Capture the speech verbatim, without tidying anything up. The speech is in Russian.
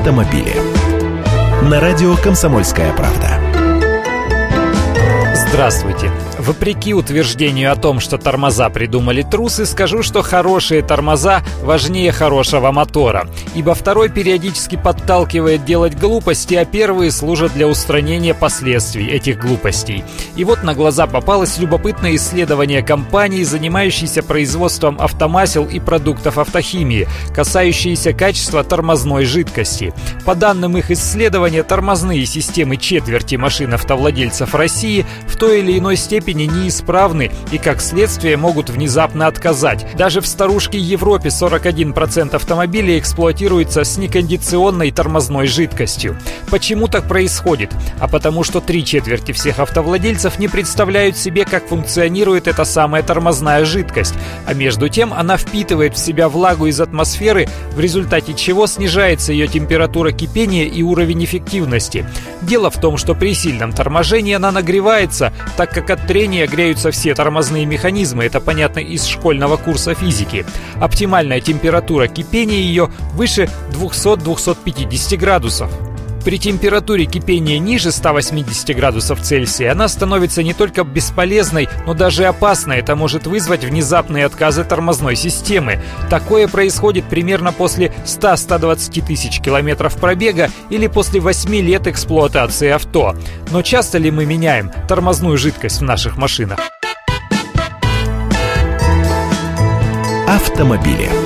автомобили. На радио «Комсомольская правда». Здравствуйте. Вопреки утверждению о том, что тормоза придумали трусы, скажу, что хорошие тормоза важнее хорошего мотора. Ибо второй периодически подталкивает делать глупости, а первые служат для устранения последствий этих глупостей. И вот на глаза попалось любопытное исследование компании, занимающейся производством автомасел и продуктов автохимии, касающееся качества тормозной жидкости. По данным их исследования, тормозные системы четверти машин автовладельцев России в той или иной степени неисправны и, как следствие, могут внезапно отказать. Даже в старушке Европе сорок один процент автомобилей эксплуатируется с некондиционной тормозной жидкостью. Почему так происходит? А потому что три четверти всех автовладельцев не представляют себе, как функционирует эта самая тормозная жидкость, а между тем она впитывает в себя влагу из атмосферы, в результате чего снижается ее температура кипения и уровень эффективности. Дело в том, что при сильном торможении она нагревается, так как от трения греются все тормозные механизмы, это понятно из школьного курса физики. Оптимальная температура кипения ее выше двухсот-двухсот пятидесяти градусов. При температуре кипения ниже ста восьмидесяти градусов Цельсия она становится не только бесполезной, но даже опасной. Это может вызвать внезапные отказы тормозной системы. Такое происходит примерно после ста-ста двадцати тысяч километров пробега или после восьми лет эксплуатации авто. Но часто ли мы меняем тормозную жидкость в наших машинах? Автомобили.